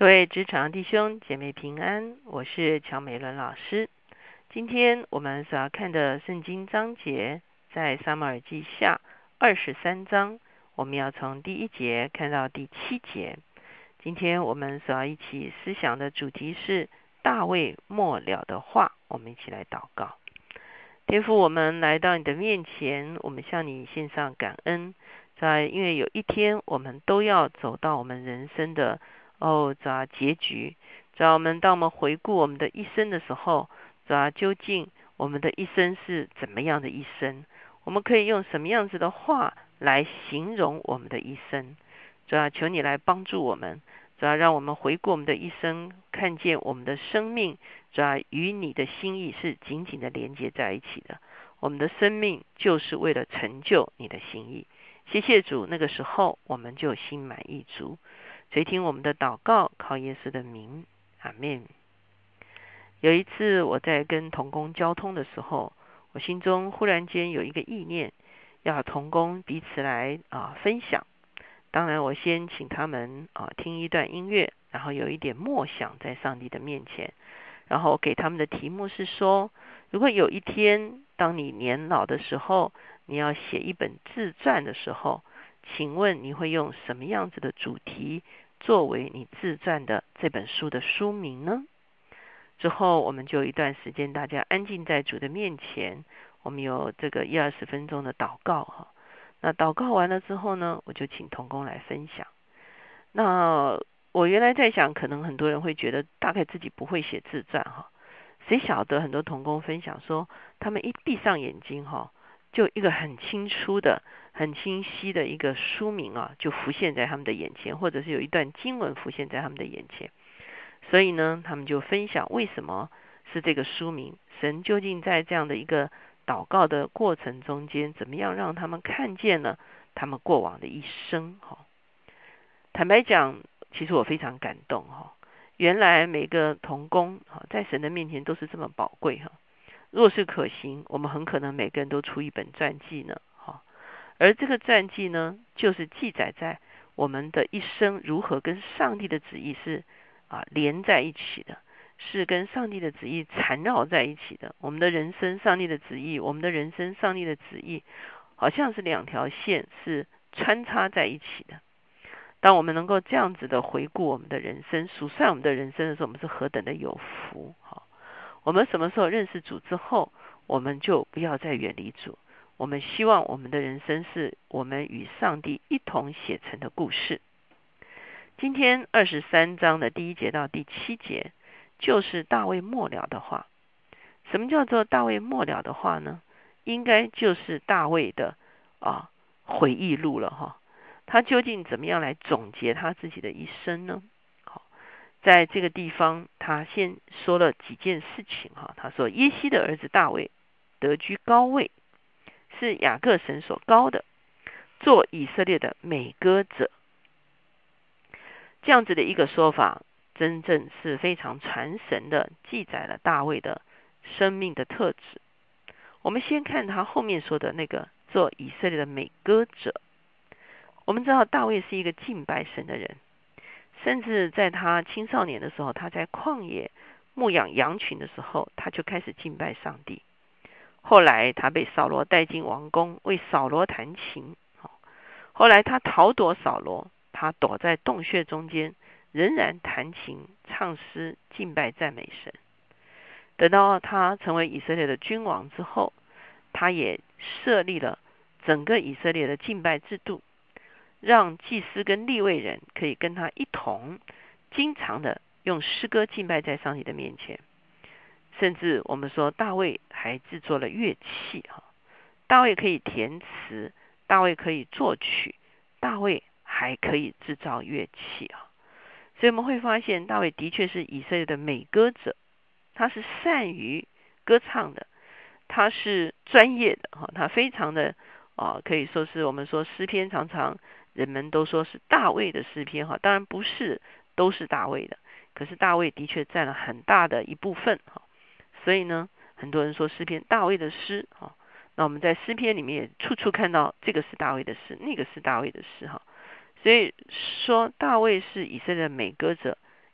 各位职场弟兄姐妹平安，我是乔美伦老师。今天我们所要看的圣经章节在撒母耳记下23章，我们要从第1节看到第7节。今天我们所要一起思想的主题是大卫末了的话，我们一起来祷告。天父，我们来到你的面前，我们向你献上感恩，因为有一天我们都要走到我们人生的结局。当我们回顾我们的一生的时候，究竟我们的一生是怎么样的一生？我们可以用什么样子的话来形容我们的一生？求你来帮助我们，让我们回顾我们的一生，看见我们的生命与你的心意是紧紧的连接在一起的。我们的生命就是为了成就你的心意。谢谢主，那个时候我们就心满意足。垂听我们的祷告，靠耶稣的名，阿们。有一次我在跟同工交通的时候，我心中忽然间有一个意念，要同工彼此来分享。当然我先请他们听一段音乐，然后有一点默想在上帝的面前，然后给他们的题目是说，如果有一天当你年老的时候，你要写一本自传的时候，请问你会用什么样子的主题作为你自传的这本书的书名呢？之后我们就一段时间大家安静在主的面前，我们有这个10-20分钟的祷告那祷告完了之后呢，我就请同工来分享。那我原来在想，可能很多人会觉得大概自己不会写自传谁晓得很多同工分享说，他们一闭上眼睛就一个很清楚的、很清晰的一个书名就浮现在他们的眼前，或者是有一段经文浮现在他们的眼前。所以呢，他们就分享为什么是这个书名，神究竟在这样的一个祷告的过程中间，怎么样让他们看见了他们过往的一生坦白讲，其实我非常感动原来每个同工在神的面前都是这么宝贵若是可行，我们很可能每个人都出一本传记呢而这个传记呢，就是记载在我们的一生如何跟上帝的旨意是连在一起的，是跟上帝的旨意缠绕在一起的。我们的人生，上帝的旨意；我们的人生，上帝的旨意，好像是两条线是穿插在一起的。当我们能够这样子的回顾我们的人生，数算我们的人生的时候，我们是何等的有福我们什么时候认识主之后，我们就不要再远离主。我们希望我们的人生是我们与上帝一同写成的故事。今天23章的第1节到第7节，就是大卫末了的话。什么叫做大卫末了的话呢？应该就是大卫的回忆录了他究竟怎么样来总结他自己的一生呢？在这个地方，他先说了几件事情他说耶西的儿子大卫得居高位，是雅各神所高的，做以色列的美歌者。这样子的一个说法，真正是非常传神的，记载了大卫的生命的特质。我们先看他后面说的那个做以色列的美歌者。我们知道大卫是一个敬拜神的人，甚至在他青少年的时候，他在旷野牧养羊群的时候，他就开始敬拜上帝。后来他被扫罗带进王宫，为扫罗弹琴。后来他逃躲扫罗，他躲在洞穴中间，仍然弹琴唱诗敬拜赞美神。等到他成为以色列的君王之后，他也设立了整个以色列的敬拜制度，让祭司跟利未人可以跟他一同经常的用诗歌敬拜在上帝的面前。甚至我们说大卫还制作了乐器大卫可以填词，大卫可以作曲，大卫还可以制造乐器所以我们会发现大卫的确是以色列的美歌者，他是善于歌唱的，他是专业的他非常的可以说是我们说诗篇常常人们都说是大卫的诗篇当然不是都是大卫的，可是大卫的确占了很大的一部分所以呢，很多人说诗篇大卫的诗那我们在诗篇里面也处处看到这个是大卫的诗，那个是大卫的诗所以说大卫是以色列的美歌者，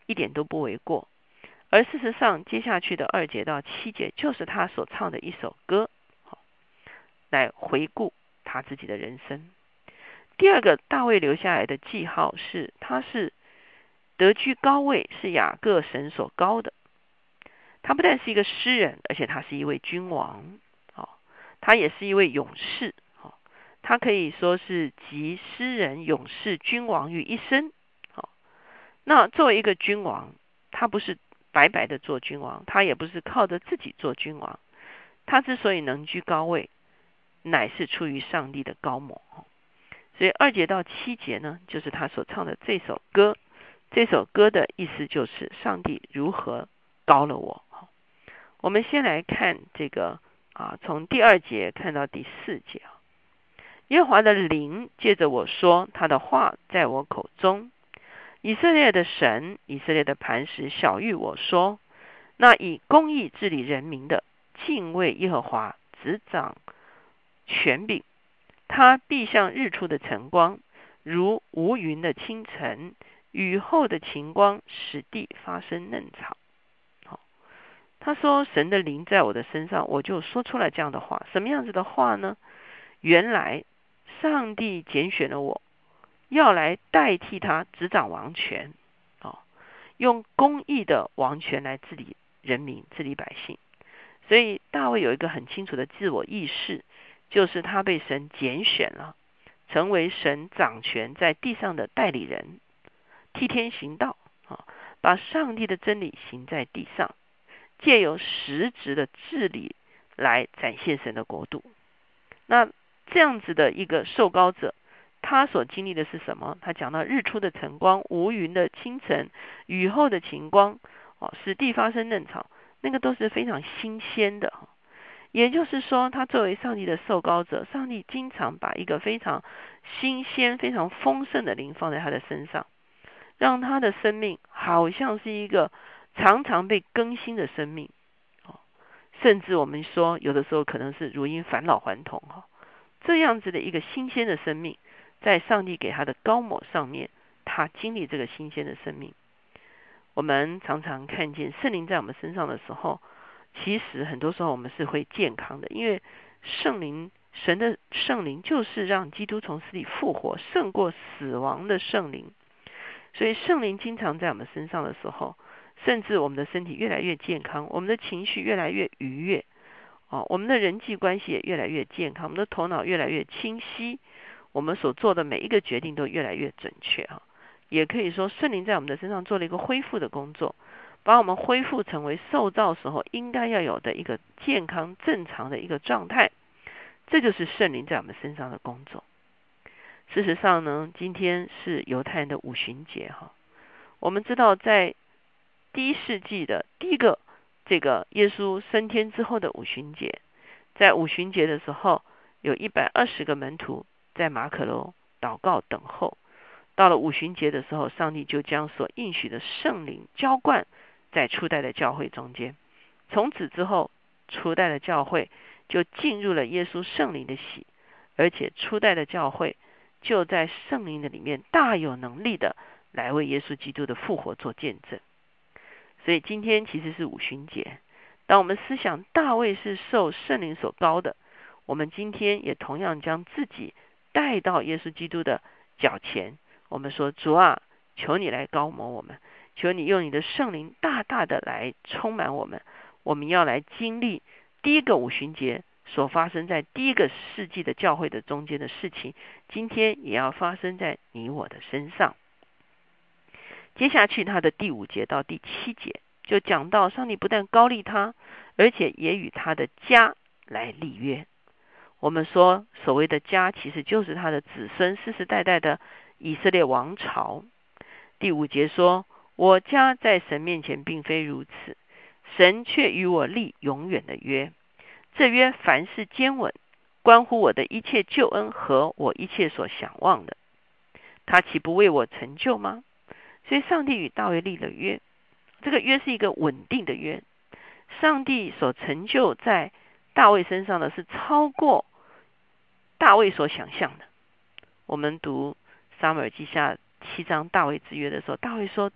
一点都不为过。而事实上，接下去的2节到7节就是他所唱的一首歌，来回顾他自己的人生。第二个，大卫留下来的记号是，他是得居高位，是雅各神所高的。他不但是一个诗人，而且他是一位君王，他也是一位勇士，他可以说是集诗人、勇士、君王于一身。那作为一个君王，他不是白白的做君王，他也不是靠着自己做君王，他之所以能居高位，乃是出于上帝的高摩。所以2节到7节呢，就是他所唱的这首歌。这首歌的意思就是上帝如何高了我。我们先来看这个从第2节看到第4节。耶和华的灵借着我说，他的话在我口中。以色列的神，以色列的磐石晓谕我说，那以公义治理人民的，敬畏耶和华，执掌权柄，他必像日出的晨光，如无云的清晨，雨后的晴光，使地发生嫩草。他说神的灵在我的身上，我就说出来这样的话。什么样子的话呢？原来上帝拣选了我，要来代替他执掌王权，用公义的王权来治理人民，治理百姓。所以大卫有一个很清楚的自我意识，就是他被神拣选了，成为神掌权在地上的代理人，替天行道，把上帝的真理行在地上，借由实质的治理来展现神的国度。那这样子的一个受膏者，他所经历的是什么？他讲到日出的晨光，无云的清晨，雨后的晴光，使地发生嫩草，那个都是非常新鲜的。也就是说，他作为上帝的受膏者，上帝经常把一个非常新鲜、非常丰盛的灵放在他的身上，让他的生命好像是一个常常被更新的生命，甚至我们说有的时候可能是如因返老还童，这样子的一个新鲜的生命，在上帝给他的膏抹上面，他经历这个新鲜的生命。我们常常看见圣灵在我们身上的时候，其实很多时候我们是会健康的，因为圣灵，神的圣灵就是让基督从死里复活，胜过死亡的圣灵。所以圣灵经常在我们身上的时候，甚至我们的身体越来越健康，我们的情绪越来越愉悦，我们的人际关系也越来越健康，我们的头脑越来越清晰，我们所做的每一个决定都越来越准确。也可以说圣灵在我们的身上做了一个恢复的工作，把我们恢复成为受造时候应该要有的一个健康正常的一个状态。这就是圣灵在我们身上的工作。事实上呢，今天是犹太人的五旬节。我们知道在第1世纪的第一个这个耶稣升天之后的五旬节，在五旬节的时候，有120个门徒在马可楼祷告等候。到了五旬节的时候，上帝就将所应许的圣灵浇灌在初代的教会中间。从此之后，初代的教会就进入了耶稣圣灵的喜，而且初代的教会就在圣灵的里面大有能力的来为耶稣基督的复活做见证。所以今天其实是五旬节，当我们思想大卫是受圣灵所膏的，我们今天也同样将自己带到耶稣基督的脚前。我们说，主啊，求你来膏抹我们，求你用你的圣灵大大的来充满我们。我们要来经历第一个五旬节所发生在第一个世纪的教会的中间的事情，今天也要发生在你我的身上。接下去他的第5节到第7节就讲到，上帝不但膏立他，而且也与他的家来立约。我们说所谓的家，其实就是他的子孙，世世代代的以色列王朝。第5节说，我家在神面前并非如此，神却与我立永远的约。这约凡事坚稳，关乎我的一切救恩和我一切所想望的，他岂不为我成就吗？所以上帝与大卫立了约，这个约是一个稳定的约。上帝所成就在大卫身上的是超过大卫所想象的。我们读撒母耳记下7章大卫之约的时候，大卫说，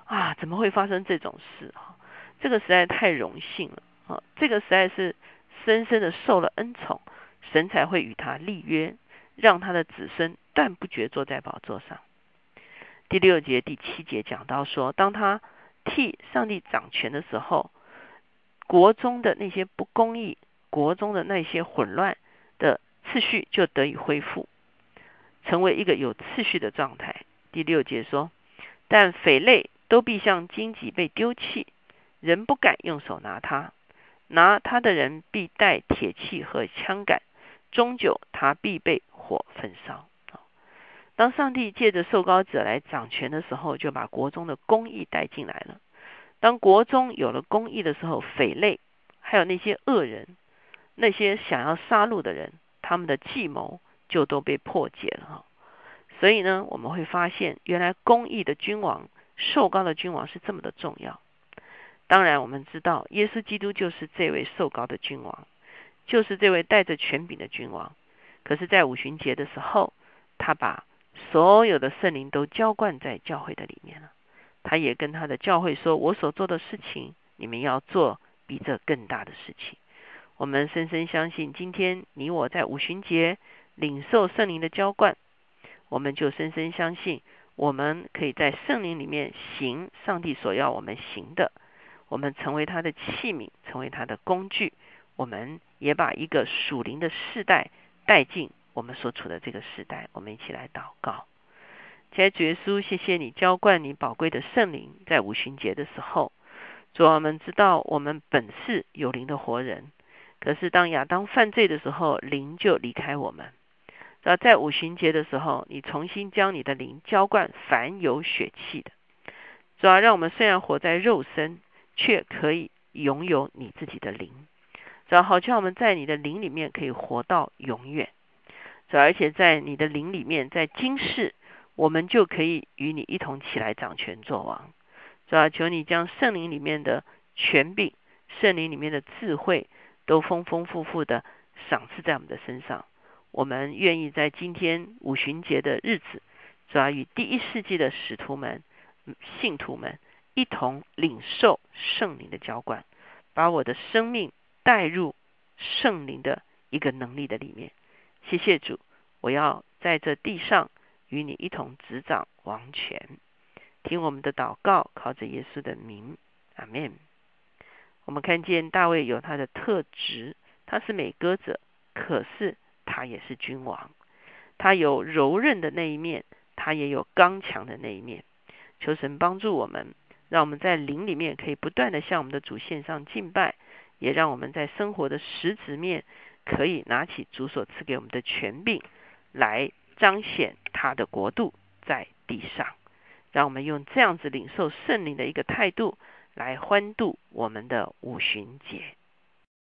怎么会发生这种事这个实在太荣幸了这个实在是深深的受了恩宠，神才会与他立约，让他的子孙断不绝坐在宝座上。第6节、第7节讲到说，当他替上帝掌权的时候，国中的那些不公义，国中的那些混乱的次序就得以恢复，成为一个有次序的状态。第6节说，但匪类都必像荆棘被丢弃，人不敢用手拿它，拿它的人必带铁器和枪杆，终究他必被火焚烧。当上帝借着受膏者来掌权的时候，就把国中的公义带进来了。当国中有了公义的时候，匪类还有那些恶人，那些想要杀戮的人，他们的计谋就都被破解了所以呢，我们会发现原来公义的君王，受膏的君王是这么的重要。当然我们知道耶稣基督就是这位受膏的君王，就是这位带着权柄的君王。可是在五旬节的时候，他把所有的圣灵都浇灌在教会的里面了。他也跟他的教会说，我所做的事情，你们要做比这更大的事情。我们深深相信，今天你我在五旬节领受圣灵的浇灌，我们就深深相信，我们可以在圣灵里面行上帝所要我们行的，我们成为他的器皿，成为他的工具，我们也把一个属灵的世代带进我们所处的这个时代。我们一起来祷告。亲爱的主耶稣，谢谢你浇灌你宝贵的圣灵，在五旬节的时候，主啊，我们知道我们本是有灵的活人，可是当亚当犯罪的时候，灵就离开我们。在五旬节的时候，你重新将你的灵浇灌凡有血气的。主啊，让我们虽然活在肉身，却可以拥有你自己的灵。主啊，好叫我们在你的灵里面可以活到永远。主啊，而且在你的灵里面，在今世我们就可以与你一同起来掌权作王。主啊，求你将圣灵里面的权柄、圣灵里面的智慧都丰丰富富的赏赐在我们的身上。我们愿意在今天五旬节的日子，主啊，与第一世纪的使徒们、信徒们一同领受圣灵的浇灌，把我的生命带入圣灵的一个能力的里面。谢谢主，我要在这地上与你一同执掌王权。听我们的祷告，靠着耶稣的名，阿们。我们看见大卫有他的特质，他是美歌者，可是他也是君王。他有柔韧的那一面，他也有刚强的那一面。求神帮助我们，让我们在灵里面可以不断的向我们的主献上敬拜，也让我们在生活的实质面可以拿起主所赐给我们的权柄，来彰显他的国度在地上。让我们用这样子领受圣灵的一个态度，来欢度我们的五旬节。